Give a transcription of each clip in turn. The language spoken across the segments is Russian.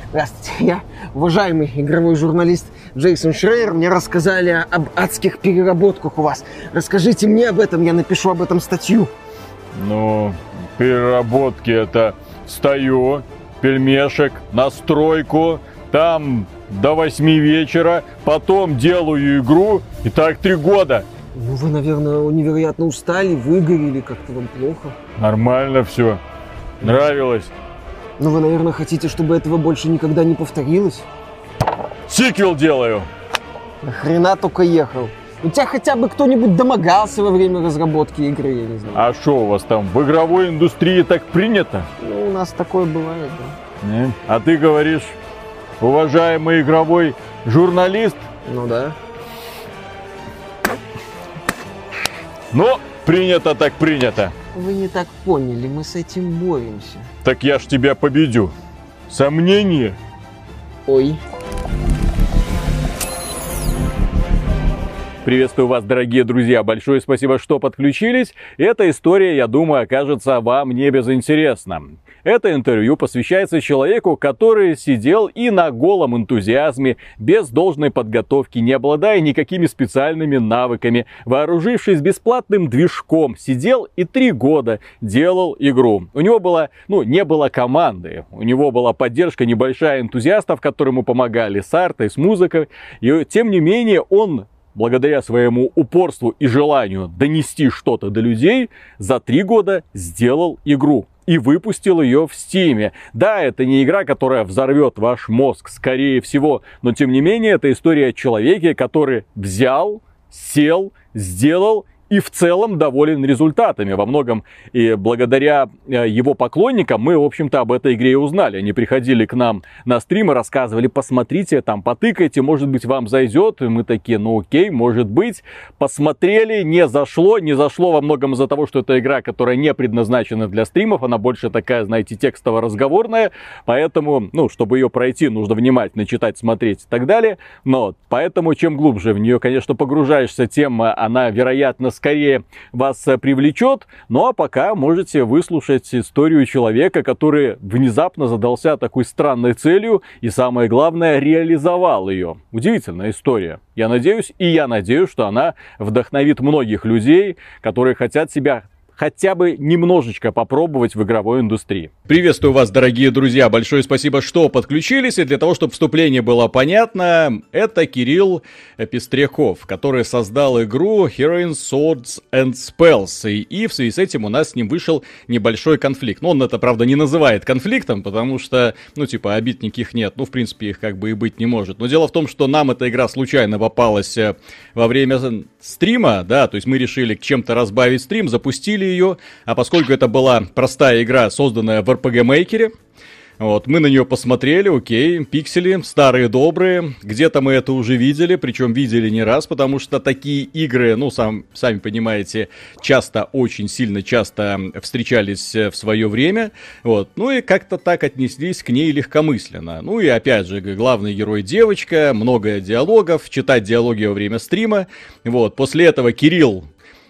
Здравствуйте, я уважаемый игровой журналист Джейсон Шрейер. Мне рассказали об адских переработках у вас. Расскажите мне об этом, я напишу об этом статью. Ну, переработки это встаю, пельмешек, на стройку, там до 8 вечера, потом делаю игру, и так 3 года. Ну, вы, наверное, невероятно устали, выгорели, как-то вам плохо. Нормально все. Нравилось. Ну, вы, наверное, хотите, чтобы этого больше никогда не повторилось? Сиквел делаю. Нахрена только ехал? У тебя хотя бы кто-нибудь домогался во время разработки игры, я не знаю. А что у вас там, в игровой индустрии так принято? Ну, у нас такое бывает, да. А ты говоришь, уважаемый игровой журналист? Ну да. Ну, принято так принято. Вы не так поняли, мы с этим боремся. Так я ж тебя победю. Сомнение? Ой. Приветствую вас, дорогие друзья. Большое спасибо, что подключились. Эта история, я думаю, окажется вам не безинтересна. Это интервью посвящается человеку, который сидел и на голом энтузиазме, без должной подготовки, не обладая никакими специальными навыками, вооружившись бесплатным движком, сидел и 3 года делал игру. У него не было команды, у него была поддержка небольшая энтузиастов, которые ему помогали с артой, с музыкой. И тем не менее он, благодаря своему упорству и желанию донести что-то до людей, за 3 года сделал игру и выпустил ее в Steam. Да, это не игра, которая взорвет ваш мозг, скорее всего, но тем не менее, это история о человеке, который взял, сел, сделал и в целом доволен результатами. Во многом и благодаря его поклонникам мы, в общем-то, об этой игре и узнали. Они приходили к нам на стримы, рассказывали: посмотрите, там, потыкайте, может быть, вам зайдет. И мы такие: ну окей, может быть. Посмотрели, не зашло. Не зашло во многом из-за того, что это игра, которая не предназначена для стримов. Она больше такая, знаете, текстово-разговорная. Поэтому, чтобы ее пройти, нужно внимательно читать, смотреть и так далее. Но поэтому, чем глубже в нее, конечно, погружаешься, тем она, вероятно, скорее вас привлечет. Ну а пока можете выслушать историю человека, который внезапно задался такой странной целью и, самое главное, реализовал ее. Удивительная история. Я надеюсь, что она вдохновит многих людей, которые хотят себя хотя бы немножечко попробовать в игровой индустрии. Приветствую вас, дорогие друзья. Большое спасибо, что подключились. И для того, чтобы вступление было понятно, это Кирилл Пестряков, который создал игру Heroines, Swords and Spells. И в связи с этим у нас с ним вышел небольшой конфликт. Он это, правда, не называет конфликтом, потому что, обид никаких нет. В принципе, их как бы и быть не может. Но дело в том, что нам эта игра случайно попалась во время стрима, да, то есть мы решили чем-то разбавить стрим, запустили ее, а поскольку это была простая игра, созданная в RPG Maker, мы на нее посмотрели, окей, пиксели, старые добрые, где-то мы это уже видели, причем видели не раз, потому что такие игры, сами понимаете, очень сильно часто встречались в свое время, и как-то так отнеслись к ней легкомысленно. И опять же, главный герой девочка, много диалогов, читать диалоги во время стрима, после этого Кирилл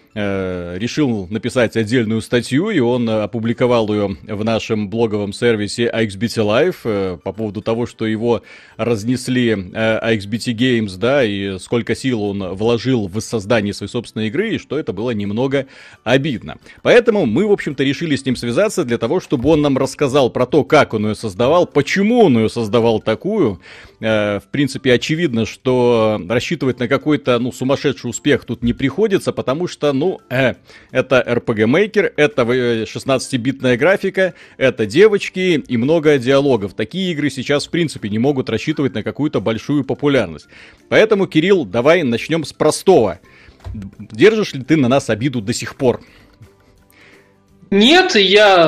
решил написать отдельную статью, и он опубликовал ее в нашем блоговом сервисе AXBT Live по поводу того, что его разнесли AXBT Games, да, и сколько сил он вложил в создание своей собственной игры, и что это было немного обидно. Поэтому мы, в общем-то, решили с ним связаться для того, чтобы он нам рассказал про то, как он ее создавал, почему он ее создавал такую. В принципе, очевидно, что рассчитывать на какой-то, сумасшедший успех тут не приходится, потому что, это RPG Maker, это 16-битная графика, это девочки и много диалогов. Такие игры сейчас, в принципе, не могут рассчитывать на какую-то большую популярность. Поэтому, Кирилл, давай начнем с простого. Держишь ли ты на нас обиду до сих пор? Нет,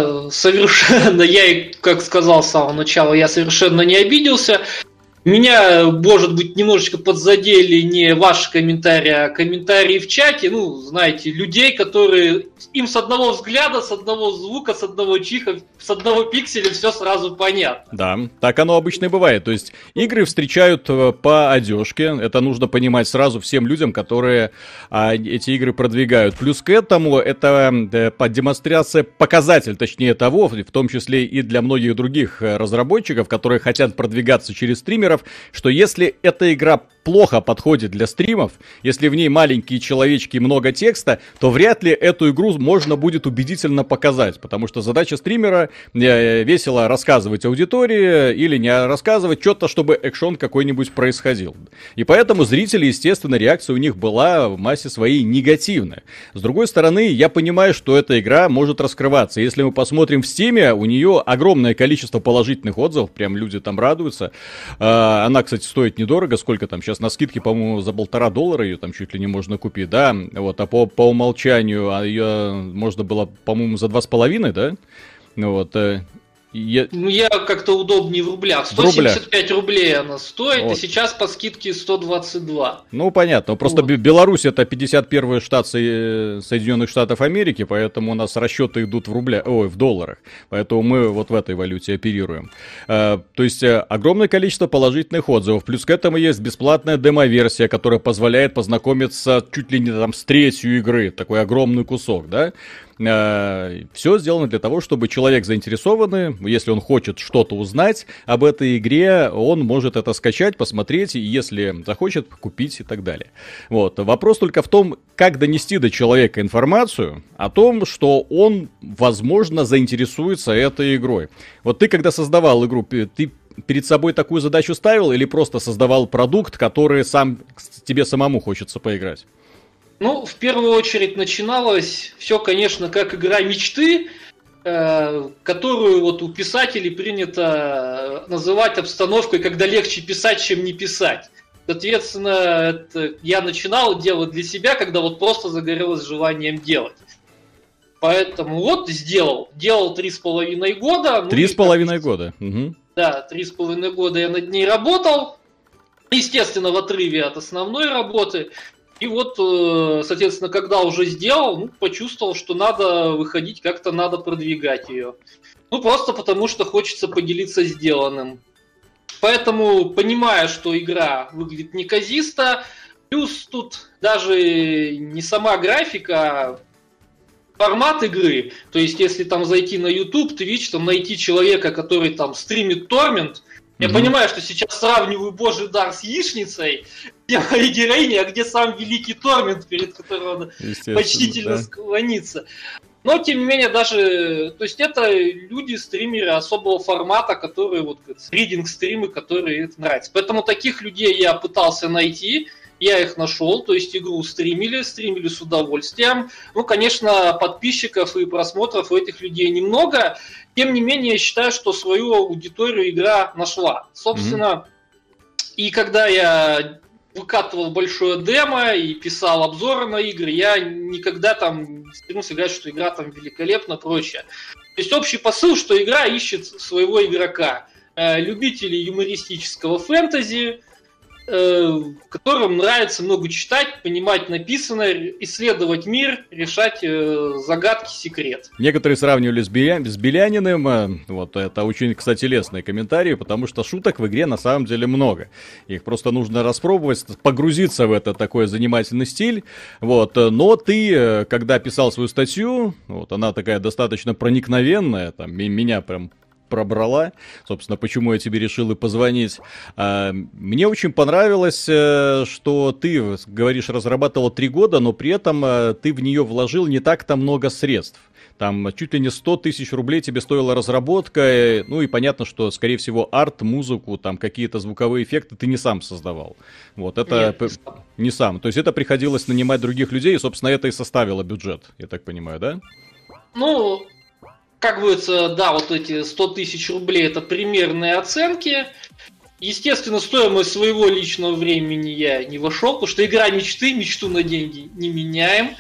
как сказал с самого начала, я совершенно не обиделся. Меня, может быть, немножечко подзадели не ваши комментарии, а комментарии в чате. Знаете, людей, которые им с одного взгляда, с одного звука, с одного чиха, с одного пикселя все сразу понятно. Да, так оно обычно и бывает. То есть игры встречают по одежке. Это нужно понимать сразу всем людям, которые эти игры продвигают. Плюс к этому это демонстрация, показатель, точнее того, в том числе и для многих других разработчиков, которые хотят продвигаться через стримеров, что если эта игра плохо подходит для стримов, если в ней маленькие человечки и много текста, то вряд ли эту игру можно будет убедительно показать, потому что задача стримера весело рассказывать аудитории или не рассказывать что-то, чтобы экшон какой-нибудь происходил. И поэтому зрители, естественно, реакция у них была в массе своей негативная. С другой стороны, я понимаю, что эта игра может раскрываться. Если мы посмотрим в Steam, у нее огромное количество положительных отзывов, прям люди там радуются. Она, кстати, стоит недорого, сколько там сейчас на скидке, по-моему, за $1,5 ее там чуть ли не можно купить, да, вот, а по умолчанию ее можно было, по-моему, за 2,5, да, вот. Я как-то удобнее в рублях. 175 рублей она стоит, вот. И сейчас по скидке 122. Ну, понятно. Просто вот. Беларусь это 51-й штат Соединенных Штатов Америки, поэтому у нас расчеты идут в долларах. Поэтому мы вот в этой валюте оперируем. То есть огромное количество положительных отзывов. Плюс к этому есть бесплатная демо-версия, которая позволяет познакомиться чуть ли не там с третью игры. Такой огромный кусок, да? Все сделано для того, чтобы человек заинтересованный, если он хочет что-то узнать об этой игре, он может это скачать, посмотреть, и если захочет, купить и так далее. Вот. Вопрос только в том, как донести до человека информацию о том, что он, возможно, заинтересуется этой игрой. Вот ты, когда создавал игру, ты перед собой такую задачу ставил или просто создавал продукт, который тебе самому хочется поиграть? Ну, в первую очередь начиналось все, конечно, как игра мечты, которую вот у писателей принято называть обстановкой, когда легче писать, чем не писать. Соответственно, это я начинал делать для себя, когда вот просто загорелось желанием делать. Поэтому вот сделал 3,5 года. 3,5 года. Угу. Да, 3,5 года я над ней работал. Естественно, в отрыве от основной работы. И вот, соответственно, когда уже сделал, почувствовал, что надо выходить, как-то надо продвигать ее. Ну, просто потому, что хочется поделиться сделанным. Поэтому, понимая, что игра выглядит неказисто, плюс тут даже не сама графика, а формат игры. То есть, если там зайти на YouTube, Twitch, там найти человека, который там стримит Тормент. Я понимаю, что сейчас сравниваю Божий дар с яичницей, где мои героини, а где сам великий Тормент, перед которым он почтительно склонится. Но, тем не менее, даже... То есть, это люди-стримеры особого формата, которые вот ридинг-стримы, которые это нравятся. Поэтому таких людей я пытался найти, я их нашел, то есть игру стримили с удовольствием. Ну, конечно, подписчиков и просмотров у этих людей немного. Тем не менее, я считаю, что свою аудиторию игра нашла. Собственно, и когда я выкатывал большое демо и писал обзоры на игры, я никогда там не стремился говорить, что игра там великолепна, прочее. То есть общий посыл, что игра ищет своего игрока. Любителей юмористического фэнтези, которым нравится много читать, понимать написанное, исследовать мир, решать загадки, секрет. Некоторые сравнивали с Беляниным. Вот это очень, кстати, лестные комментарии, потому что шуток в игре на самом деле много. Их просто нужно распробовать, погрузиться в это такой занимательный стиль. Вот. Но ты, когда писал свою статью, вот она такая достаточно проникновенная, там, меня прям пробрала, собственно, почему я тебе решил и позвонить. Мне очень понравилось, что ты, говоришь, разрабатывал 3 года, но при этом ты в нее вложил не так-то много средств. Там чуть ли не 100 тысяч рублей тебе стоила разработка, ну и понятно, что, скорее всего, арт, музыку, там какие-то звуковые эффекты ты не сам создавал. Вот, это не сам. То есть это приходилось нанимать других людей, и, собственно, это и составило бюджет, я так понимаю, да? Ну... Как говорится, да, вот эти 100 тысяч рублей это примерные оценки. Естественно, стоимость своего личного времени я не вошел, потому что игра мечты, мечту на деньги не меняем.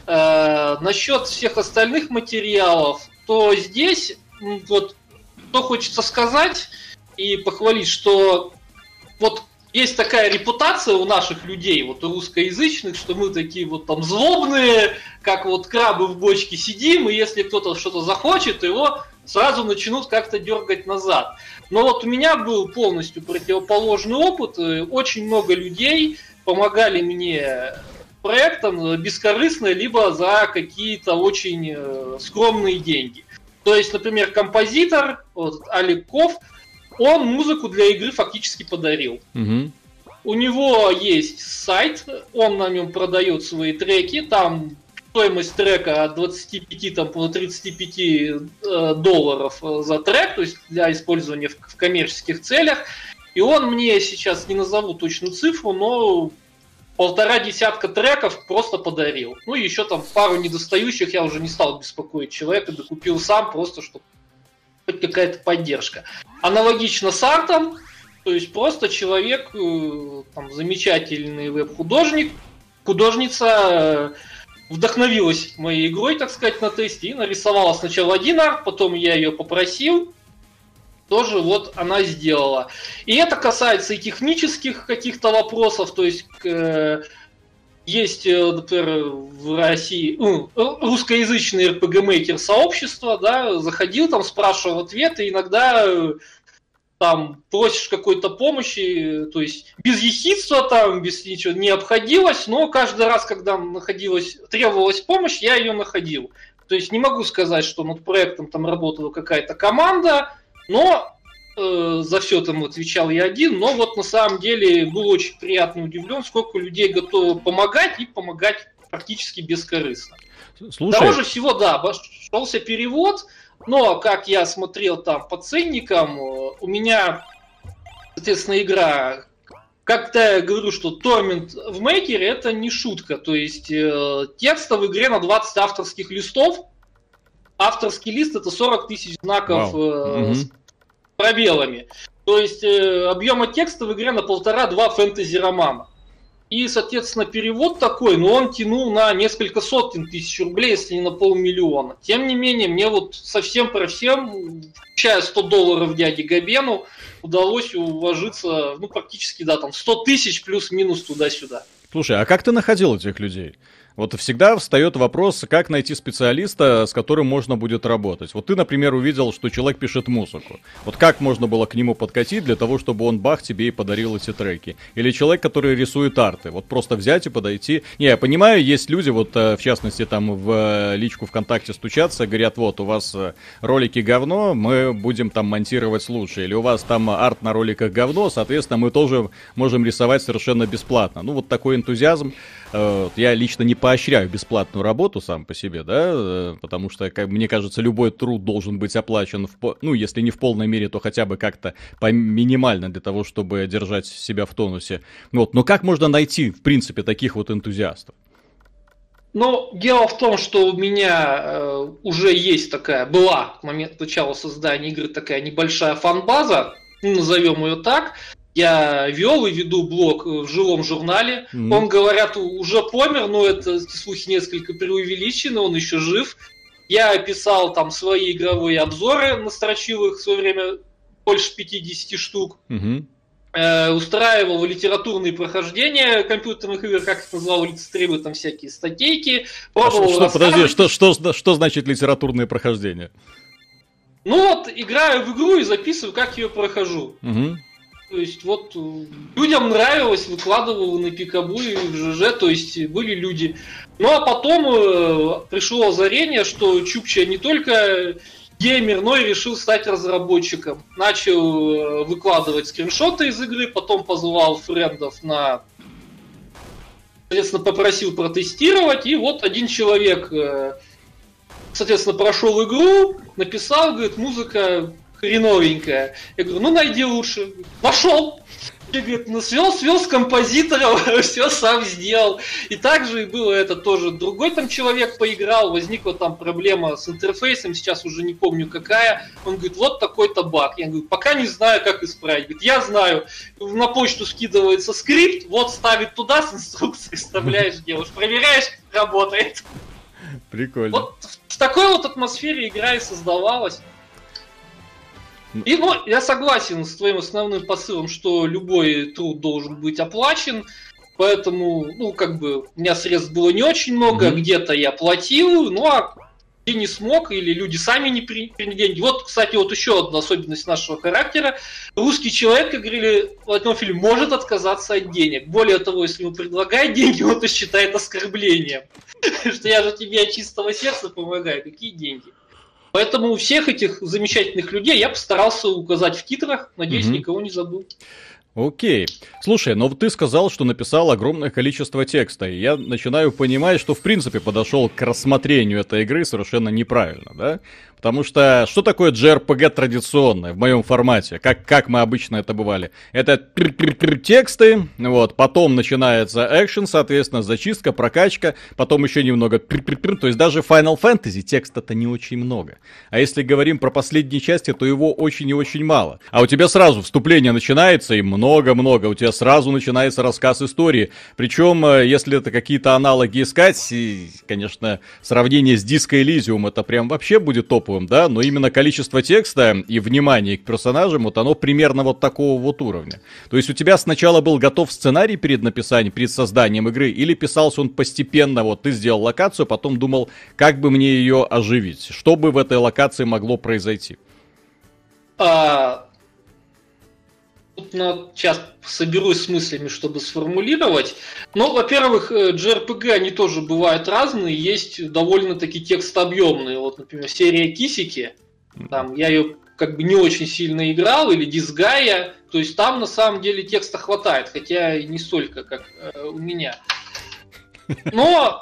Насчет всех остальных материалов, то здесь вот что хочется сказать и похвалить, что вот есть такая репутация у наших людей, вот у русскоязычных, что мы такие вот там злобные, как вот крабы в бочке сидим, и если кто-то что-то захочет, его сразу начнут как-то дергать назад. Но вот у меня был полностью противоположный опыт. Очень много людей помогали мне проектам бескорыстно, либо за какие-то очень скромные деньги. То есть, например, композитор вот, Олег Ков, он музыку для игры фактически подарил. Угу. У него есть сайт, он на нем продает свои треки, там стоимость трека от 25 до 35 долларов за трек, то есть для использования в коммерческих целях. И он мне сейчас, не назову точную цифру, но 1,5 десятка треков просто подарил. Ну и еще там пару недостающих я уже не стал беспокоить человека, докупил сам, просто чтобы хоть какая-то поддержка. Аналогично с артом, то есть просто человек, там, замечательный веб-художник, художница вдохновилась моей игрой, так сказать, на тесте и нарисовала сначала один арт, потом я ее попросил, тоже вот она сделала. И это касается и технических каких-то вопросов, то есть есть, например, в России русскоязычный RPG-мейкер сообщество, да, заходил там, спрашивал ответы, иногда там просишь какой-то помощи, то есть без ехидства там, без ничего не обходилось, но каждый раз, когда требовалась помощь, я ее находил. То есть не могу сказать, что над проектом там работала какая-то команда, но за все там отвечал я один, но вот на самом деле был очень приятно удивлен, сколько людей готовы помогать и помогать практически бескорыстно. Слушай. Дороже всего, да, обошелся перевод, но как я смотрел там по ценникам, у меня, соответственно, игра, как-то я говорю, что Тормент в мейкере это не шутка, то есть текста в игре на 20 авторских листов, авторский лист это 40 тысяч знаков с пробелами. То есть объема текста в игре на 1,5-2 фэнтези-романа. И, соответственно, перевод такой, но он тянул на несколько сотен тысяч рублей, если не на 500 000. Тем не менее, мне вот совсем про всем, включая $100 дяде Габену, удалось уложиться, ну, практически, да, там 100 тысяч плюс-минус туда-сюда. Слушай, а как ты находил этих людей? Вот всегда встает вопрос, как найти специалиста, с которым можно будет работать. Вот ты, например, увидел, что человек пишет музыку. Вот как можно было к нему подкатить для того, чтобы он бах тебе и подарил эти треки? Или человек, который рисует арты. Вот просто взять и подойти. Не, я понимаю, есть люди, вот в частности там в личку ВКонтакте стучатся, говорят, вот у вас ролики говно, мы будем там монтировать лучше. Или у вас там арт на роликах говно, соответственно, мы тоже можем рисовать совершенно бесплатно. Ну вот такой энтузиазм. Я лично не поощряю бесплатную работу сам по себе, да, потому что, мне кажется, любой труд должен быть оплачен, ну, если не в полной мере, то хотя бы как-то минимально для того, чтобы держать себя в тонусе. Вот. Но как можно найти, в принципе, таких вот энтузиастов? Ну, дело в том, что у меня уже есть была к моменту начала создания игры такая небольшая фан-база, назовем ее так. Я вел и веду блог в жилом журнале. Он, говорят, уже помер, но это слухи несколько преувеличены, он еще жив. Я писал там свои игровые обзоры, настрочил их в свое время больше 50 штук. Устраивал литературные прохождения компьютерных игр, как их назвал, лицестримы, там всякие статейки. Подожди, что значит литературные прохождения? Ну вот, играю в игру и записываю, как ее прохожу. То есть вот людям нравилось, выкладывал на Пикабу и в ЖЖ, то есть были люди. Ну а потом пришло озарение, что Чукча не только геймер, но и решил стать разработчиком. Начал выкладывать скриншоты из игры, потом позвал френдов соответственно, попросил протестировать, и вот один человек, соответственно, прошел игру, написал, говорит, музыка хреновенькая. Я говорю, ну найди лучше. Пошел. Я говорю, ну свел с композитором, все сам сделал. И также было это тоже. Другой там человек поиграл, возникла там проблема с интерфейсом, сейчас уже не помню какая. Он говорит, вот такой-то баг. Я говорю, пока не знаю, как исправить. Говорит, я знаю. На почту скидывается скрипт, вот ставить туда с инструкцией, вставляешь, делаешь, проверяешь, работает. Прикольно. Вот в такой вот атмосфере игра и создавалась. И, ну, я согласен с твоим основным посылом, что любой труд должен быть оплачен, поэтому, ну, как бы, у меня средств было не очень много, где-то я платил, ну, а где не смог, или люди сами не приняли деньги. Вот, кстати, вот еще одна особенность нашего характера. Русский человек, как говорили в этом фильме, может отказаться от денег. Более того, если ему предлагают деньги, он это считает оскорблением. Что я же тебе от чистого сердца помогаю, какие деньги? Поэтому всех этих замечательных людей я постарался указать в титрах. Надеюсь, никого не забыл. Окей. Слушай, но ты сказал, что написал огромное количество текста, и я начинаю понимать, что в принципе подошел к рассмотрению этой игры совершенно неправильно, да? Потому что такое JRPG традиционное в моем формате, как мы обычно это бывали? Это тексты, вот, потом начинается экшен, соответственно, зачистка, прокачка, потом еще немного то есть даже Final Fantasy текста-то не очень много. А если говорим про последние части, то его очень и очень мало. А у тебя сразу вступление начинается и много-много, у тебя сразу начинается рассказ истории. Причем, если это какие-то аналоги искать, и, конечно, сравнение с Disco Elysium это прям вообще будет топ. Да, но именно количество текста и внимание к персонажам, вот оно примерно вот такого вот уровня. То есть у тебя сначала был готов сценарий перед написанием, перед созданием игры, или писался он постепенно, вот ты сделал локацию, потом думал, как бы мне ее оживить, что бы в этой локации могло произойти? Сейчас соберусь с мыслями, чтобы сформулировать. Ну, во-первых, JRPG, они тоже бывают разные, есть довольно-таки текстообъемные. Вот, например, серия Кисики, там, я ее как бы не очень сильно играл, или Дисгая, то есть там на самом деле текста хватает, хотя и не столько, как у меня. Но...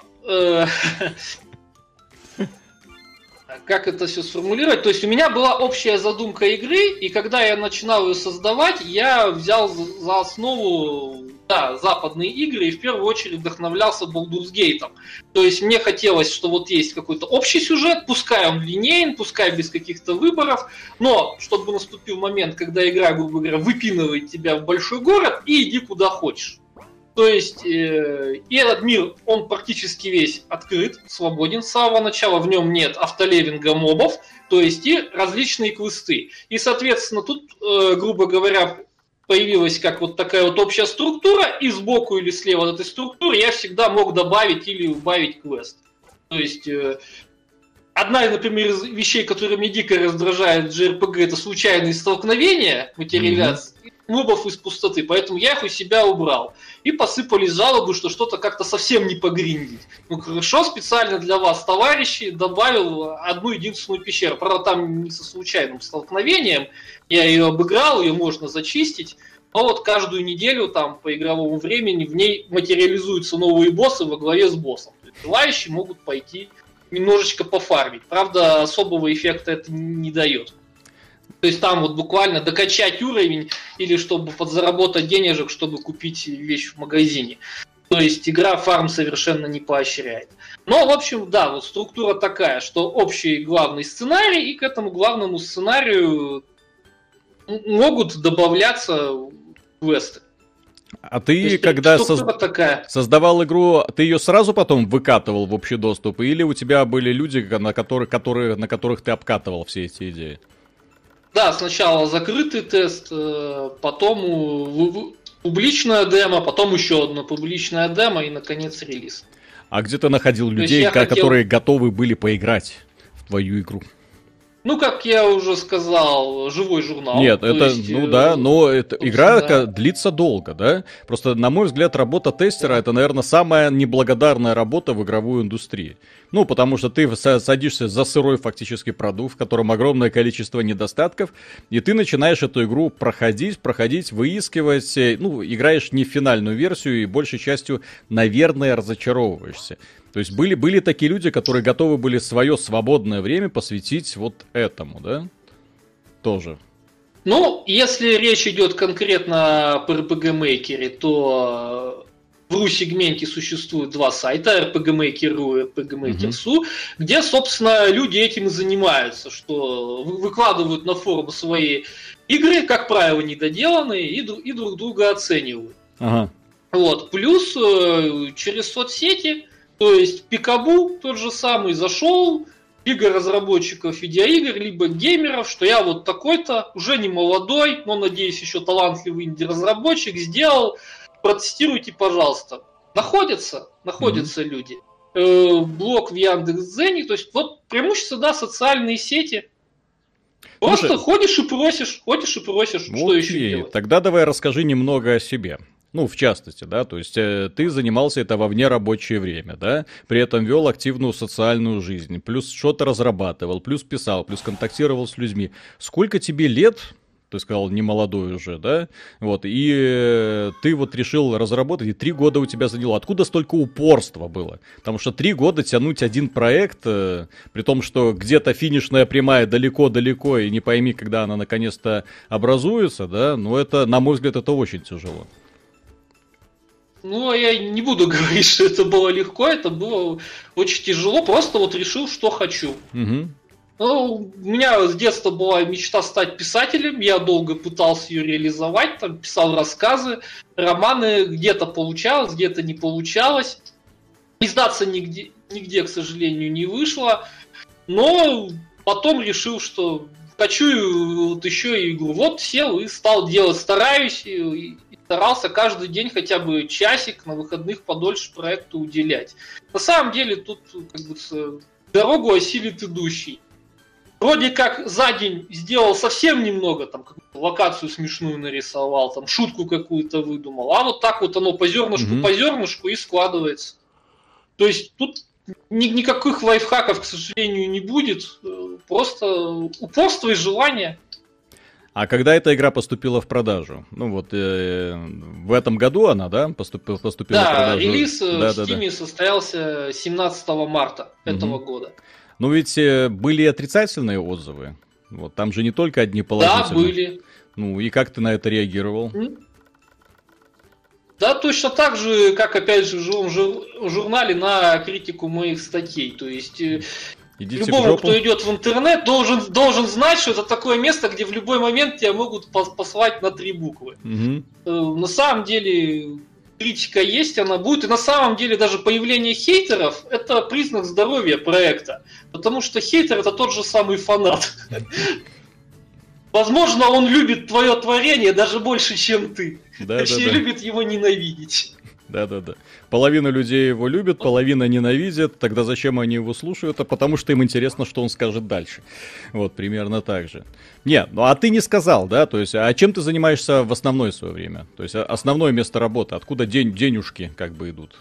Как это все сформулировать? То есть у меня была общая задумка игры, и когда я начинал ее создавать, я взял за основу западные игры и в первую очередь вдохновлялся Baldur's Gate. То есть мне хотелось, что вот есть какой-то общий сюжет, пускай он линейен, пускай без каких-то выборов, но чтобы наступил момент, когда игра, грубо говоря, выпинывает тебя в большой город и иди куда хочешь. То есть, и этот мир, он практически весь открыт, свободен с самого начала, в нем нет автолевинга мобов, то есть и различные квесты. И, соответственно, тут, грубо говоря, появилась как вот такая вот общая структура, и сбоку или слева от этой структуры я всегда мог добавить или убавить квест. То есть... Одна, например, из вещей, которые меня дико раздражают в JRPG, это случайные столкновения, материализации мобов из пустоты, поэтому я их у себя убрал. И посыпались жалобы, что что-то как-то совсем не погриндить. Ну хорошо, специально для вас, товарищи, добавил одну единственную пещеру. Правда, там не со случайным столкновением, я ее обыграл, ее можно зачистить. Но вот каждую неделю там по игровому времени в ней материализуются новые боссы во главе с боссом. Желающие могут пойти немножечко пофармить. Правда, особого эффекта это не дает. То есть там вот буквально докачать уровень или чтобы подзаработать денежек, чтобы купить вещь в магазине. То есть игра фарм совершенно не поощряет. Но, в общем, да, вот структура такая, что общий главный сценарий, и к этому главному сценарию могут добавляться квесты. А ты, когда создавал игру, ты ее сразу потом выкатывал в общий доступ? Или у тебя были люди, на которых ты обкатывал все эти идеи? Да, сначала закрытый тест, потом публичная демо, потом еще одна публичная демо и, наконец, релиз. А где ты находил людей, которые готовы были поиграть в твою игру? Ну, как я уже сказал, живой журнал. Нет, это, есть, ну да, но это, игра длится долго, да? Просто, на мой взгляд, работа тестера, это, наверное, самая неблагодарная работа в игровой индустрии. Ну, потому что ты садишься за сырой фактически продукт, в котором огромное количество недостатков, и ты начинаешь эту игру проходить, выискивать, ну, играешь не в финальную версию, и большей частью, наверное, разочаровываешься. То есть были такие люди, которые готовы были свое свободное время посвятить вот этому, да? Тоже. Ну, если речь идет конкретно по RPG-мейкере, то в RU-сегменте существует два сайта, RPG-Maker.ru и RPG-Maker.su, где, собственно, люди этим и занимаются, что выкладывают на форум свои игры, как правило, недоделанные, и друг друга оценивают. Ага. Вот. Плюс через соцсети... То есть Пикабу тот же самый зашел, либо разработчиков видеоигр, либо геймеров, что я вот такой-то, уже не молодой, но, надеюсь, еще талантливый инди-разработчик, сделал, протестируйте, пожалуйста. Находятся люди. Блог в Яндекс.Дзене, то есть вот преимущество, да, социальные сети. Просто ходишь и просишь, что еще делать. Тогда давай расскажи немного о себе. Ну, в частности, да, то есть ты занимался это во внерабочее время, да, при этом вел активную социальную жизнь, плюс что-то разрабатывал, плюс писал, плюс контактировал с людьми. Сколько тебе лет? Ты сказал, не молодой уже, да? Вот, и ты вот решил разработать, и 3 года у тебя заняло. Откуда столько упорства было? Потому что 3 года тянуть один проект, при том, что где-то финишная прямая далеко-далеко, и не пойми, когда она наконец-то образуется, да? Ну, это, на мой взгляд, это очень тяжело. Ну, я не буду говорить, что это было легко, это было очень тяжело, просто вот решил, что хочу. Угу. Ну, у меня с детства была мечта стать писателем, я долго пытался ее реализовать, там, писал рассказы, романы, где-то получалось, где-то не получалось. Издаться нигде, к сожалению, не вышло, но потом решил, что хочу вот еще и игру. Вот сел и стал делать, стараюсь, и старался каждый день хотя бы часик, на выходных подольше проекту уделять. На самом деле тут как бы дорогу осилит идущий. Вроде как за день сделал совсем немного, там какую-то локацию смешную нарисовал, там шутку какую-то выдумал, а вот так вот оно по зернышку и складывается. То есть тут никаких лайфхаков, к сожалению, не будет, просто упорство и желание. А когда эта игра поступила в продажу? Ну вот в этом году она, да, поступила в продажу? Да, релиз в Steam состоялся 17 марта этого года. Ну ведь были отрицательные отзывы. Вот, там же не только одни положительные. Да, были. Ну и как ты на это реагировал? Да, точно так же, как опять же в живом журнале на критику моих статей. То есть любому, кто идет в интернет, должен знать, что это такое место, где в любой момент тебя могут послать на 3 буквы. На самом деле критика есть, она будет. И на самом деле даже появление хейтеров – это признак здоровья проекта. Потому что хейтер – это тот же самый фанат. Возможно, он любит твое творение даже больше, чем ты. Точнее, любит его ненавидеть. Да-да-да. Половина людей его любит, половина ненавидит. Тогда зачем они его слушают? А потому что им интересно, что он скажет дальше. Вот, примерно так же. Не, ну а ты не сказал, да? То есть, а чем ты занимаешься в основное свое время? То есть, основное место работы, откуда денежки как бы идут?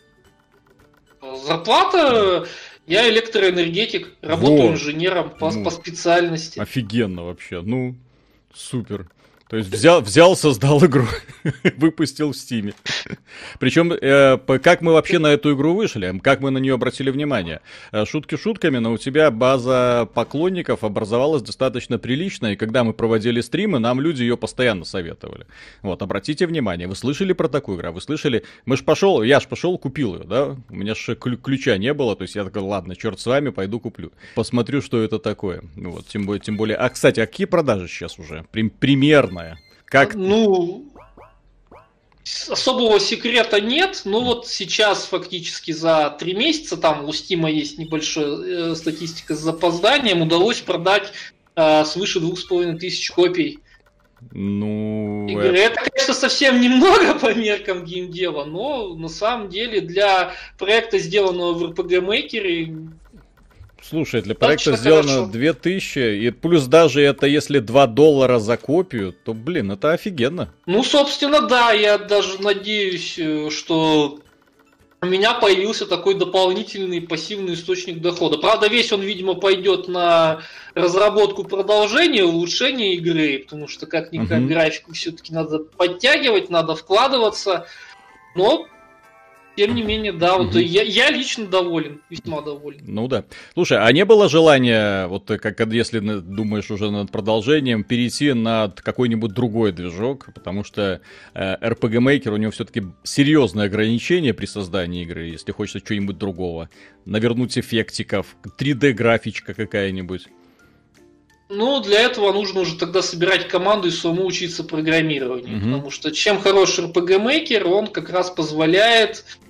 Зарплата... Я электроэнергетик, работаю инженером по специальности. Офигенно вообще, ну, супер. То есть взял, создал игру, выпустил в Стиме. Причем, как мы вообще на эту игру вышли, как мы на нее обратили внимание. Шутки шутками, но у тебя база поклонников образовалась достаточно прилично, и когда мы проводили стримы, нам люди ее постоянно советовали. Вот, обратите внимание, вы слышали про такую игру? Вы слышали? Я ж пошел, купил ее, да? У меня же ключа не было, то есть я такой, ладно, черт с вами, пойду куплю. Посмотрю, что это такое. Вот, тем более. А, кстати, а какие продажи сейчас уже? Примерно. Как? Ну, особого секрета нет, но вот сейчас фактически за 3 месяца, там у Стима есть небольшая статистика с запозданием, удалось продать свыше 2500 копий. Ну, игры. Это, конечно, совсем немного по меркам геймдева, но на самом деле для проекта, сделанного в RPG Maker, слушай, для проекта сделано хорошо. 2000, и плюс даже это если $2 за копию, то, блин, это офигенно. Ну, собственно, да, я даже надеюсь, что у меня появился такой дополнительный пассивный источник дохода. Правда, весь он, видимо, пойдет на разработку продолжения, улучшение игры, потому что как-никак графику все-таки надо подтягивать, надо вкладываться, но... Тем не менее, да, вот я лично доволен, весьма доволен. Ну да. Слушай, а не было желания, вот как если думаешь уже над продолжением, перейти на какой-нибудь другой движок, потому что RPG Maker, у него все-таки серьезные ограничения при создании игры, если хочется чего-нибудь другого. Навернуть эффектиков, 3D-графичка какая-нибудь. Ну, для этого нужно уже тогда собирать команду и самому учиться программированию, потому что чем хороший RPG Maker, он как раз позволяет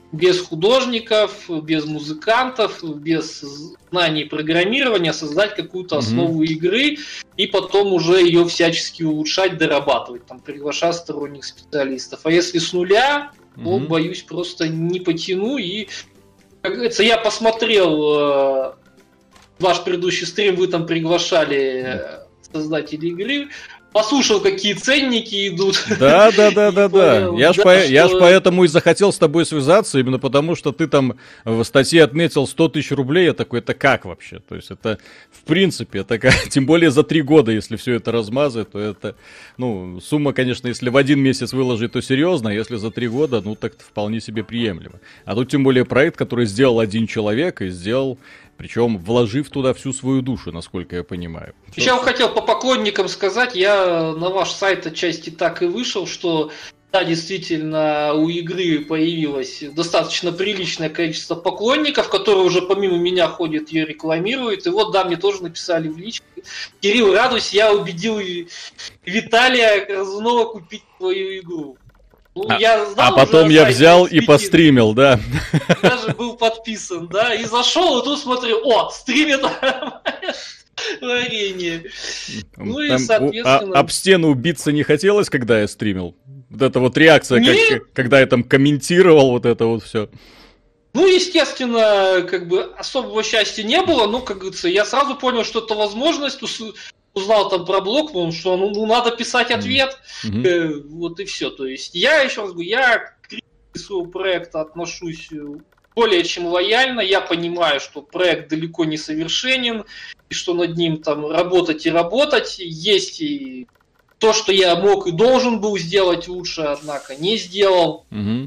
без художников, без музыкантов, без знаний программирования создать какую-то основу игры и потом уже ее всячески улучшать, дорабатывать, там, приглашая сторонних специалистов. А если с нуля, то, боюсь, просто не потяну. И, как говорится, я посмотрел ваш предыдущий стрим, вы там приглашали создателей игры, послушал, какие ценники идут. Да. Я ж поэтому и захотел с тобой связаться, именно потому, что ты там в статье отметил 100 тысяч рублей. Я такой, это как вообще? То есть это, в принципе, это как, тем более за 3 года, если все это размазать, то это, ну, сумма, конечно, если в 1 месяц выложить, то серьезно, а если за 3 года, ну, так вполне себе приемлемо. А тут тем более проект, который сделал один человек и сделал... Причем вложив туда всю свою душу, насколько я понимаю. Еще я хотел по поклонникам сказать, я на ваш сайт отчасти так и вышел, что да, действительно, у игры появилось достаточно приличное количество поклонников, которые уже помимо меня ходят, ее рекламируют. И вот, да, мне тоже написали в личку: Кирилл, радуйся, я убедил Виталия Разунова купить твою игру. Ну, а потом я взял и постримил, да. Даже был подписан, да, и зашел, и тут смотрю, стримит творение. Ну и, соответственно... Об стену убиться не хотелось, когда я стримил? Вот эта вот реакция, когда я там комментировал вот это вот все. Ну, естественно, как бы особого счастья не было, но, как говорится, я сразу понял, что это возможность, узнал там про блог, что надо писать ответ, вот и все. То есть я, еще раз говорю, я к критике своего проекта отношусь более чем лояльно, я понимаю, что проект далеко не совершенен, и что над ним там работать и работать, есть и то, что я мог и должен был сделать лучше, однако не сделал.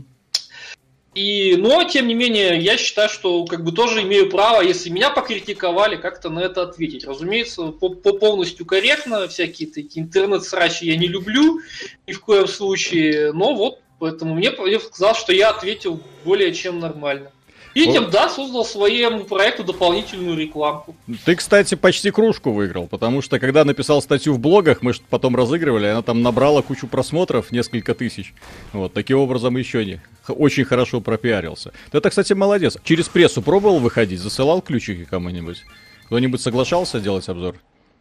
Но, тем не менее, я считаю, что как бы тоже имею право, если меня покритиковали, как-то на это ответить. Разумеется, полностью корректно, всякие такие интернет-срачи я не люблю ни в коем случае, но вот поэтому мне сказал, что я ответил более чем нормально. И тем, да, создал своему проекту дополнительную рекламку. Ты, кстати, почти кружку выиграл, потому что когда написал статью в блогах, мы же потом разыгрывали, она там набрала кучу просмотров, несколько тысяч. Вот, таким образом еще не. Очень хорошо пропиарился. Ты это, кстати, молодец. Через прессу пробовал выходить? Засылал ключики кому-нибудь? Кто-нибудь соглашался делать обзор?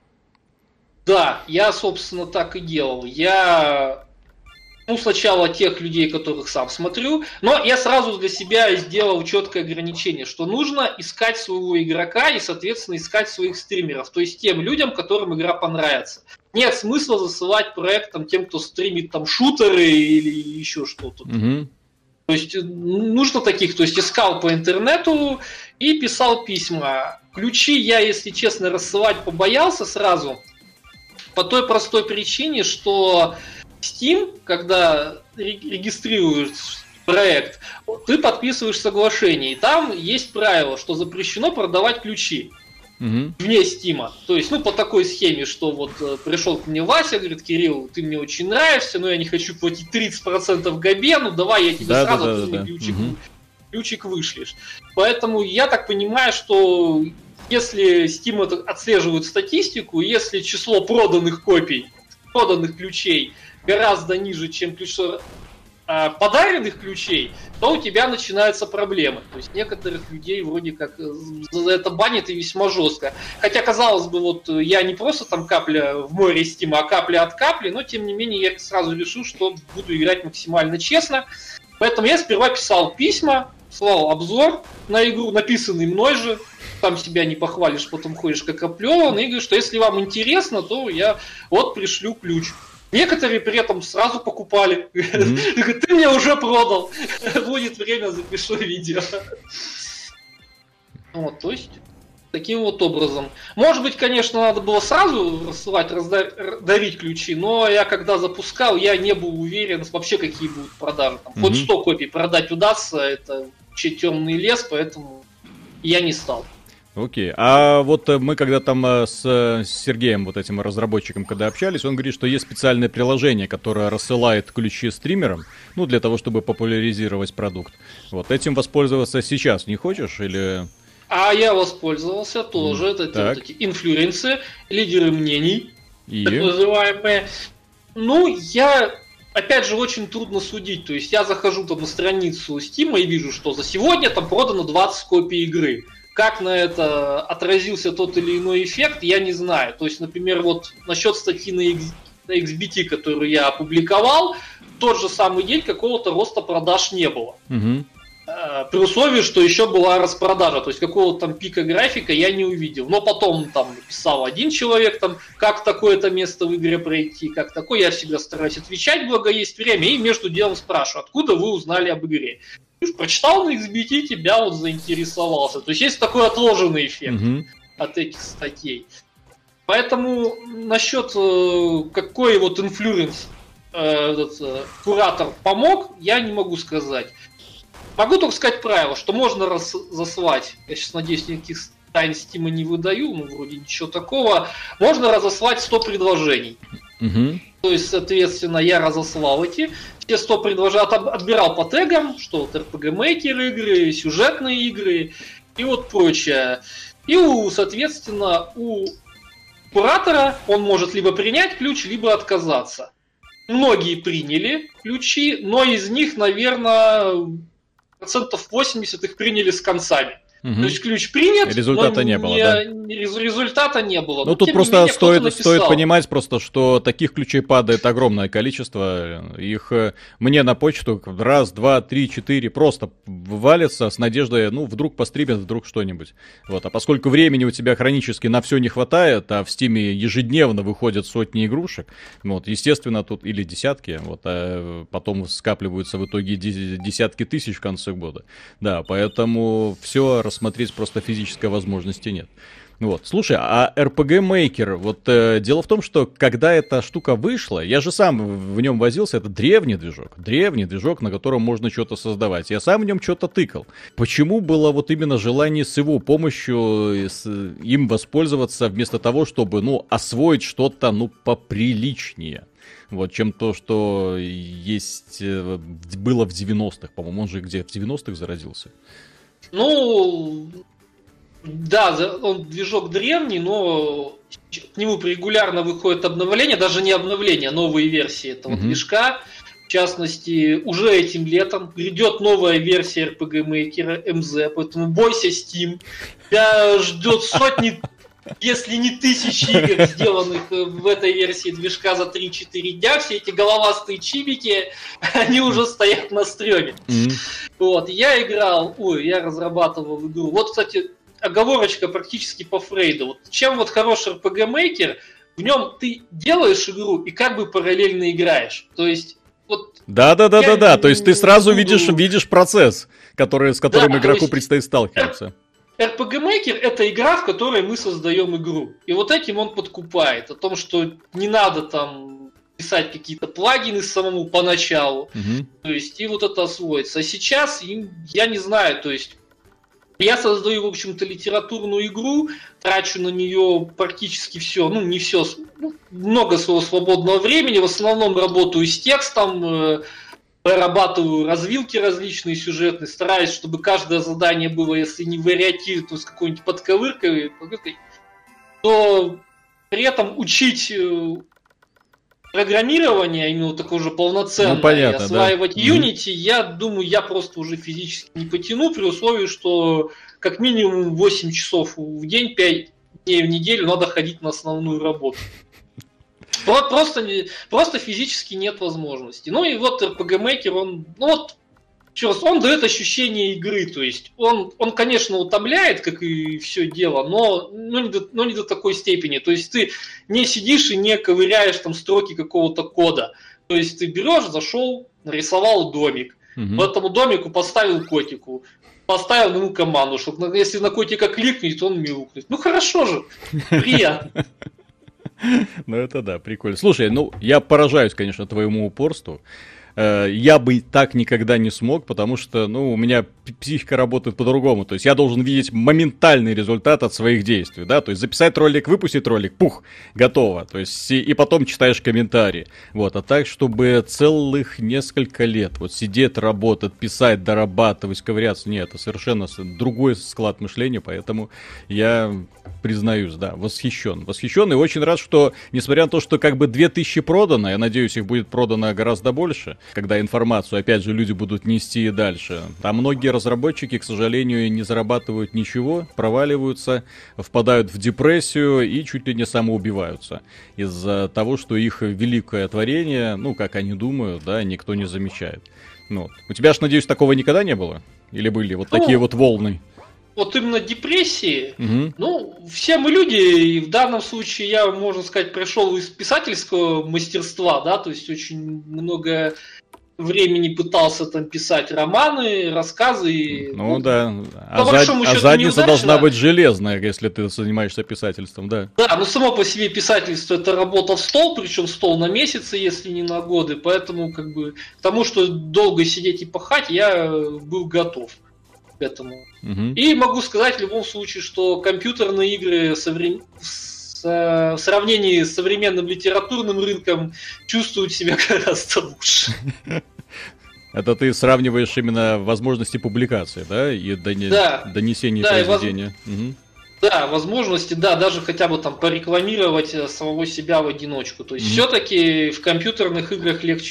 Да, я, собственно, так и делал. Я... сначала тех людей, которых сам смотрю, но я сразу для себя сделал четкое ограничение, что нужно искать своего игрока и, соответственно, искать своих стримеров, то есть тем людям, которым игра понравится. Нет смысла засылать проект тем, кто стримит там шутеры или еще что-то. То есть нужно таких, то есть искал по интернету и писал письма. Ключи я, если честно, рассылать побоялся сразу, по той простой причине, что Steam, когда регистрируешь проект, ты подписываешь соглашение, и там есть правило, что запрещено продавать ключи вне Steam. То есть, по такой схеме, что вот пришел к мне Вася, говорит: Кирилл, ты мне очень нравишься, но я не хочу платить 30% Габе, давай я тебе сразу ключик вышлешь. Поэтому я так понимаю, что если Steam отслеживает статистику, если число проданных копий, проданных ключей гораздо ниже, чем число подаренных ключей, то у тебя начинаются проблемы. То есть некоторых людей вроде как за это банят и весьма жестко. Хотя, казалось бы, вот я не просто там капля в море Steam, а капля от капли, но тем не менее я сразу решу, что буду играть максимально честно. Поэтому я сперва писал письма, слал обзор на игру, написанный мной же. Там себя не похвалишь, потом ходишь как оплеван, и говорю, что если вам интересно, то я вот пришлю ключ. Некоторые при этом сразу покупали. Ты мне уже продал. Будет время, запишу видео. Вот, то есть, таким вот образом. Может быть, конечно, надо было сразу рассылать, дарить ключи, но я когда запускал, я не был уверен вообще, какие будут продажи. Хоть 100 копий продать удастся, это вообще темный лес, поэтому я не стал. Окей. А вот мы когда там с Сергеем, вот этим разработчиком, когда общались, он говорит, что есть специальное приложение, которое рассылает ключи стримерам, для того, чтобы популяризировать продукт. Вот этим воспользоваться сейчас не хочешь или... А я воспользовался тоже. Это вот такие инфлюенсы, лидеры мнений, так называемые. Я опять же, очень трудно судить. То есть я захожу там на страницу Steam и вижу, что за сегодня там продано 20 копий игры. Как на это отразился тот или иной эффект, я не знаю. То есть, например, вот насчет статьи на XBT, которую я опубликовал, в тот же самый день какого-то роста продаж не было. Угу. При условии, что еще была распродажа, то есть какого-то там пика графика я не увидел. Но потом там написал один человек, там, как такое-то место в игре пройти, как такое, я всегда стараюсь отвечать, благо есть время, и между делом спрашиваю, откуда вы узнали об игре. Прочитал на XBT, тебя вот заинтересовался. То есть есть такой отложенный эффект от этих статей. Поэтому насчет какой вот инфлюенс куратор помог, я не могу сказать. Могу только сказать правило, что можно разослать, я сейчас надеюсь, никаких тайн Стима не выдаю, ну вроде ничего такого, можно разослать 100 предложений. То есть, соответственно, я разослал все 100 предложений, отбирал по тегам, что вот RPG Maker игры, сюжетные игры и вот прочее. И, соответственно, у куратора он может либо принять ключ, либо отказаться. Многие приняли ключи, но из них, наверное, 80% их приняли с концами. То есть ключ принят, результата не было, да? Результата не было. Ну, тут просто стоит понимать, просто, что таких ключей падает огромное количество. Их мне на почту раз, два, три, четыре просто валятся с надеждой, ну, вдруг постримят, вдруг что-нибудь. Вот. А поскольку времени у тебя хронически на все не хватает, а в Стиме ежедневно выходят сотни игрушек, вот, естественно, тут или десятки, вот, а потом скапливаются в итоге десятки тысяч в конце года. Да, поэтому все рассмотреть просто физической возможности нет. Вот. Слушай, а RPG Maker, вот дело в том, что когда эта штука вышла, я же сам в нем возился, это древний движок, на котором можно что-то создавать. Я сам в нем что-то тыкал. Почему было вот именно желание с его помощью им воспользоваться вместо того, чтобы, ну, освоить что-то, ну, поприличнее? Вот, чем то, что есть, было в 90-х, по-моему, он же где, в 90-х заразился? Ну, да, он движок древний, но к нему регулярно выходит обновление, даже не обновление, новые версии этого движка. В частности, уже этим летом придет новая версия RPG Maker MZ, поэтому бойся Steam. Тебя ждет сотни, если не тысячи игр, сделанных в этой версии движка за 3-4 дня. Все эти головастые чибики, они уже стоят на стреме. Вот, я разрабатывал игру. Вот, кстати, оговорочка практически по Фрейду. Вот, чем вот хороший RPG Maker, в нем ты делаешь игру и как бы параллельно играешь. То есть, вот... Да. То есть ты сразу видишь процесс, с которым игроку предстоит сталкиваться. RPG Maker — это игра, в которой мы создаем игру. И вот этим он подкупает. О том, что не надо там писать какие-то плагины самому поначалу. То есть, и вот это освоится. А сейчас, я не знаю, то есть, я создаю, в общем-то, литературную игру, трачу на нее практически все, ну, не все, много своего свободного времени, в основном работаю с текстом, прорабатываю развилки различные сюжетные, стараюсь, чтобы каждое задание было, если не вариативно, то с какой-нибудь подковыркой, то при этом учить программирование, именно такое же полноценное, и осваивать Unity, я думаю, я просто уже физически не потяну, при условии, что как минимум 8 часов в день, 5 дней в неделю надо ходить на основную работу. Просто физически нет возможности. Ну и вот RPG Maker, он дает ощущение игры, то есть он, конечно, утомляет, как и все дело, но не до такой степени. То есть ты не сидишь и не ковыряешь там строки какого-то кода. То есть ты берешь, зашел, нарисовал домик, по этому домику поставил котику, поставил ему команду, чтобы если на котика кликнет, он мяукнет. Ну хорошо же, приятно. Ну это да, прикольно. Слушай, я поражаюсь, конечно, твоему упорству. я бы так никогда не смог, потому что, у меня психика работает по-другому. То есть я должен видеть моментальный результат от своих действий, да, то есть записать ролик, выпустить ролик, пух, готово. То есть и потом читаешь комментарии. Вот, а так, чтобы целых несколько лет вот сидеть, работать, писать, дорабатывать, ковыряться, нет, это совершенно другой склад мышления, поэтому я признаюсь, да, восхищен. Восхищен и очень рад, что, несмотря на то, что как бы 2000 продано, я надеюсь, их будет продано гораздо больше, когда информацию, опять же, люди будут нести и дальше. Там многие разработчики, к сожалению, не зарабатывают ничего, проваливаются, впадают в депрессию и чуть ли не самоубиваются из-за того, что их великое творение, как они думают, да, никто не замечает. У тебя ж, надеюсь, такого никогда не было? Или были вот такие вот волны? Вот именно депрессии, все мы люди, и в данном случае я, можно сказать, пришел из писательского мастерства, да, то есть очень много времени пытался там писать романы, рассказы. Да. Задница должна быть железная, если ты занимаешься писательством, да. Да, само по себе писательство это работа в стол, причем стол на месяцы, если не на годы, поэтому к тому, что долго сидеть и пахать, я был готов к этому. И могу сказать в любом случае, что компьютерные игры в сравнении с современным литературным рынком чувствуют себя гораздо лучше. Это ты сравниваешь именно возможности публикации, да, и донесения произведения? Да, возможности, да, даже хотя бы там порекламировать самого себя в одиночку. То есть все-таки в компьютерных играх легче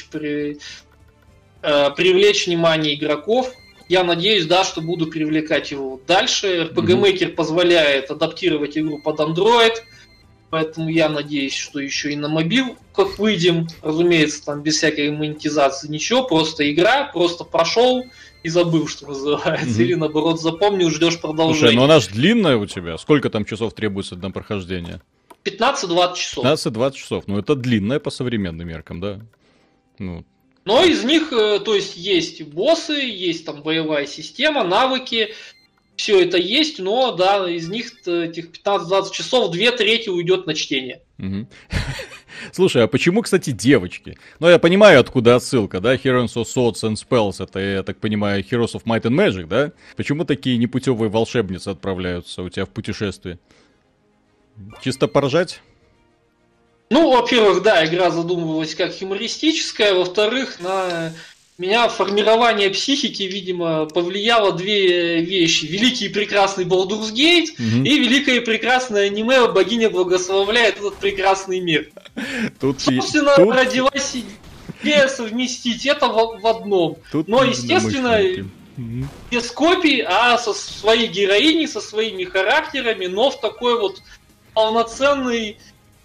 привлечь внимание игроков. Я надеюсь, да, что буду привлекать его дальше. RPG Maker позволяет адаптировать игру под Android, поэтому я надеюсь, что еще и на мобилках выйдем. Разумеется, там без всякой монетизации ничего, просто игра, просто прошел и забыл, что называется. Или наоборот запомнил, ждешь продолжения. Слушай, она ж длинная у тебя. Сколько там часов требуется на прохождение? 15-20 часов. 15-20 часов. Это длинная по современным меркам, да. Но из них, то есть боссы, есть там боевая система, навыки, все это есть, но да, из них этих 15-20 часов 2/3 уйдет на чтение. Слушай, а почему, кстати, девочки? Я понимаю, откуда отсылка, да? Heroes of Swords and Spells, это, я так понимаю, Heroes of Might and Magic, да? Почему такие непутевые волшебницы отправляются у тебя в путешествие? Чисто поржать? Во-первых, да, игра задумывалась как юмористическая, во-вторых, на меня формирование психики, видимо, повлияло две вещи. Великий и прекрасный Baldur's Gate и великое и прекрасное аниме «Богиня благословляет этот прекрасный мир». Собственно, родилась идея совместить это в одном. Но, естественно, без копий, а со своей героиней, со своими характерами, но в такой вот полноценный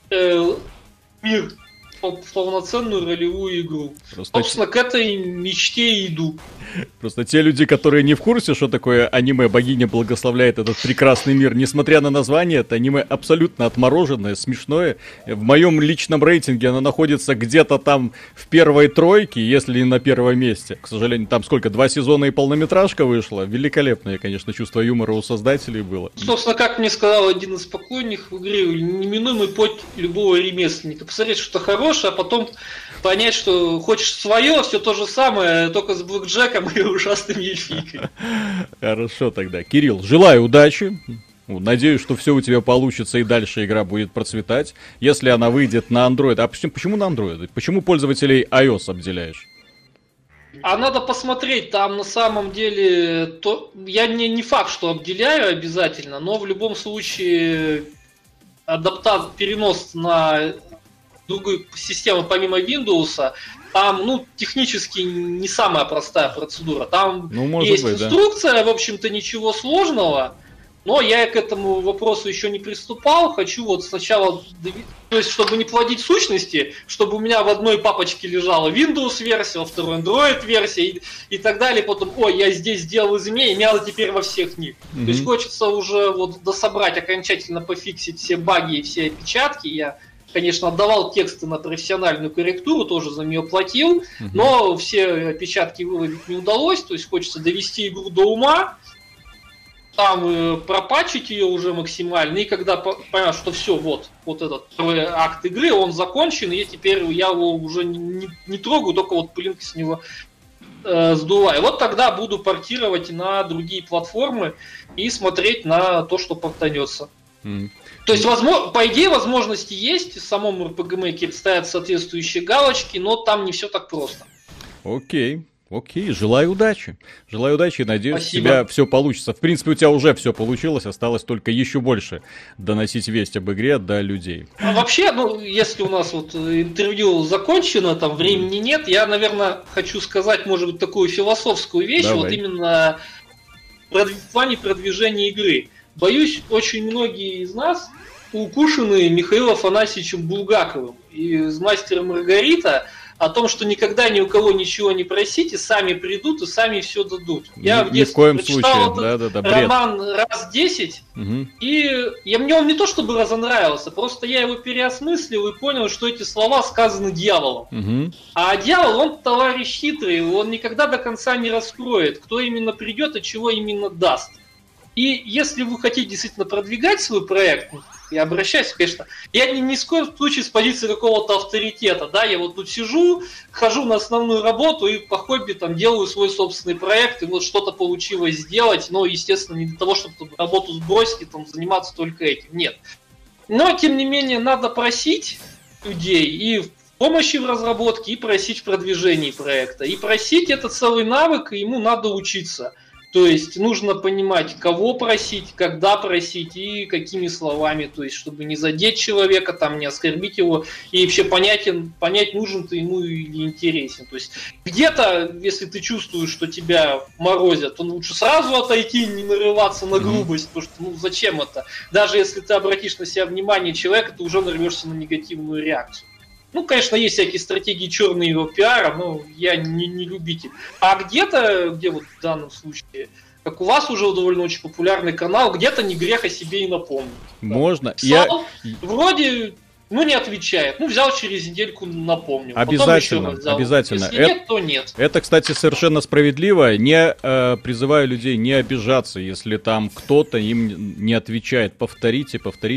мир, в полноценную ролевую игру. Собственно, к этой мечте и иду. Просто те люди, которые не в курсе, что такое аниме «Богиня благословляет этот прекрасный мир», несмотря на название, это аниме абсолютно отмороженное, смешное. В моем личном рейтинге оно находится где-то там в первой тройке, если не на первом месте. К сожалению, там сколько, 2 сезона и полнометражка вышла. Великолепное, конечно, чувство юмора у создателей было. Собственно, как мне сказал один из поклонников игры, неминуемый путь любого ремесленника. Посмотреть что-то хорошее, а потом понять, что хочешь свое, все то же самое, только с блэкджеком и ужасными эльфийкой. Хорошо тогда. Кирилл, желаю удачи. Надеюсь, что все у тебя получится и дальше игра будет процветать. Если она выйдет на Android. А почему на Android? Почему пользователей iOS обделяешь? А надо посмотреть, там на самом деле... Я не факт, что обделяю обязательно, но в любом случае перенос на другую систему помимо Windows, там, технически не самая простая процедура. Там есть инструкция, да. В общем-то, ничего сложного, но я к этому вопросу еще не приступал. Хочу сначала, то есть, чтобы не плодить сущности, чтобы у меня в одной папочке лежала Windows-версия, во второй Android-версия и так далее. Потом, я здесь сделал изменения, и надо теперь во всех них. То есть, хочется уже дособрать, окончательно пофиксить все баги и все опечатки. Я, конечно, отдавал тексты на профессиональную корректуру, тоже за нее платил, но все опечатки выловить не удалось, то есть хочется довести игру до ума там пропатчить ее уже максимально, и когда понял, что все, вот этот второй акт игры, он закончен, и теперь я его уже не трогаю, только вот пылинки с него сдуваю. Вот тогда буду портировать на другие платформы и смотреть на то, что портанется. То есть, по идее, возможности есть, в самом RPG Maker ставят соответствующие галочки, но там не все так просто. Окей, желаю удачи. Желаю удачи, надеюсь, Спасибо. у тебя все получится. В принципе, у тебя уже все получилось, осталось только еще больше доносить весть об игре до людей. А вообще, если у нас вот интервью закончено, там времени нет, я, наверное, хочу сказать, может быть, такую философскую вещь, Давай. вот именно в плане продвижения игры. Боюсь, очень многие из нас укушены Михаилом Афанасьевичем Булгаковым из «Мастера и Маргарита» о том, что никогда ни у кого ничего не просите, сами придут и сами все дадут. Я в Ни в детстве коем прочитал случае, этот бред. роман раз 10, Угу. и мне он не то чтобы разонравился, просто я его переосмыслил и понял, что эти слова сказаны дьяволом. Угу. А дьявол, он товарищ хитрый, он никогда до конца не раскроет, кто именно придет и чего именно даст. И если вы хотите действительно продвигать свой проект, я обращаюсь, конечно, я ни в коем случае с позиции какого-то авторитета, да, я вот тут сижу, хожу на основную работу и по хобби там делаю свой собственный проект, и вот что-то получилось сделать, но, естественно, не для того, чтобы работу сбросить и там заниматься только этим, нет. Но, тем не менее, надо просить людей и в помощи в разработке, и просить в продвижении проекта. И просить — это целый навык, и ему надо учиться. То есть нужно понимать, кого просить, когда просить и какими словами, то есть чтобы не задеть человека, там, не оскорбить его, и вообще понять, нужен ты ему или интересен. То есть где-то, если ты чувствуешь, что тебя морозят, то лучше сразу отойти, не нарываться на грубость, потому что зачем это? Даже если ты обратишь на себя внимание человека, ты уже нарвешься на негативную реакцию. Конечно, есть всякие стратегии черного пиара, но я не любитель. А где-то, где вот в данном случае, как у вас уже довольно очень популярный канал, где-то не грех о себе и напомнить. Можно. Писал, вроде, не отвечает. Взял через недельку, напомню. Обязательно, обязательно. Если нет, то нет. Это, кстати, совершенно справедливо. Не призываю людей не обижаться, если там кто-то им не отвечает. Повторите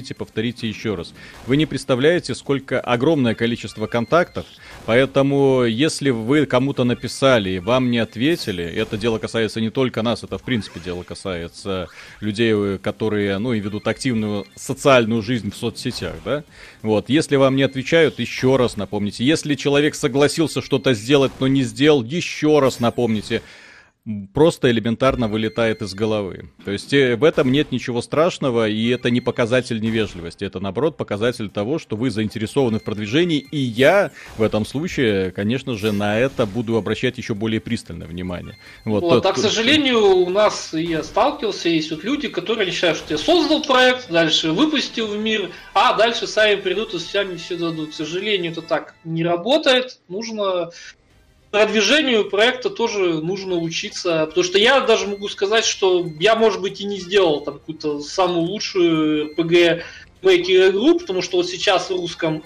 еще раз. Вы не представляете, сколько огромное количество контактов. Поэтому, если вы кому-то написали и вам не ответили, это дело касается не только нас, это в принципе дело касается людей, которые, и ведут активную социальную жизнь в соцсетях, да? Вот, если вам не отвечают, еще раз напомните. Если человек согласился что-то сделать, но не сделал, еще раз напомните. Просто элементарно вылетает из головы. То есть в этом нет ничего страшного, и это не показатель невежливости. Это, наоборот, показатель того, что вы заинтересованы в продвижении. И я в этом случае, конечно же, на это буду обращать еще более пристальное внимание. А, к сожалению, у нас, я сталкивался, есть люди, которые решают, что я создал проект, дальше выпустил в мир, а дальше сами придут и сами все дадут. К сожалению, это так не работает. Нужно... Продвижению проекта тоже нужно учиться, потому что я даже могу сказать, что я, может быть, и не сделал там какую-то самую лучшую RPG Maker игру, потому что вот сейчас в русском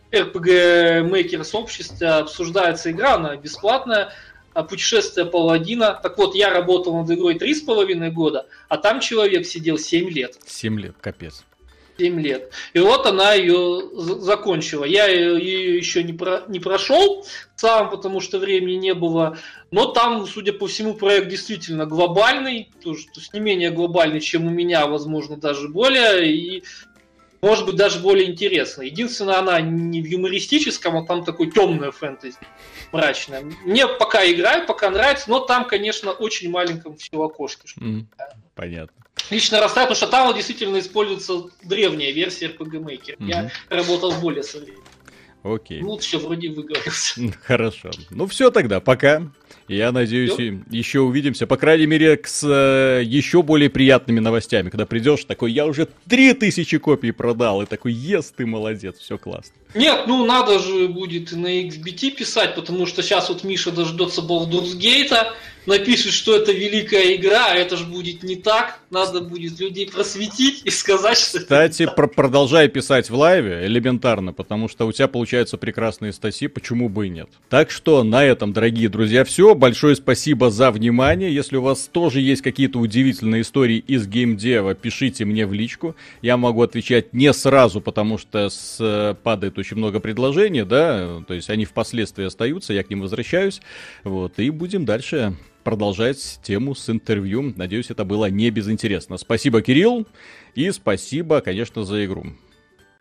RPG Maker сообществе обсуждается игра, она бесплатная, «Путешествие Паладина». Так вот, я работал над игрой 3,5 года, а там человек сидел 7 лет. 7 лет, капец. 7 лет. И вот она ее закончила. Я ее еще не прошел сам, потому что времени не было. Но там, судя по всему, проект действительно глобальный. То есть не менее глобальный, чем у меня, возможно, даже более. И, может быть, даже более интересный. Единственное, она не в юмористическом, а там такой темная фэнтези. Мрачная. Мне пока играет, пока нравится, но там, конечно, очень маленьком все окошко. Понятно. Лично расставил, потому что там действительно используется древняя версия RPG Maker. Я работал более современной. Окей. Все, вроде выговорился. Хорошо. Все тогда, пока. Я надеюсь, еще увидимся. По крайней мере, с еще более приятными новостями. Когда придешь, такой, я уже 3000 копий продал. И такой, ты молодец, все классно. Нет, надо же будет и на XBT писать, потому что сейчас вот Миша дождется Baldur's Gate. напишет, что это великая игра, а это же будет не так. Надо будет людей просветить и сказать, что... Кстати, продолжай писать в лайве элементарно, потому что у тебя получаются прекрасные статьи, почему бы и нет. Так что на этом, дорогие друзья, все. Большое спасибо за внимание. Если у вас тоже есть какие-то удивительные истории из геймдева, пишите мне в личку. Я могу отвечать не сразу, потому что падает очень много предложений, да, то есть они впоследствии остаются, я к ним возвращаюсь. Вот, и будем дальше продолжать тему с интервью. Надеюсь, это было не безинтересно. Спасибо, Кирилл, и спасибо, конечно, за игру.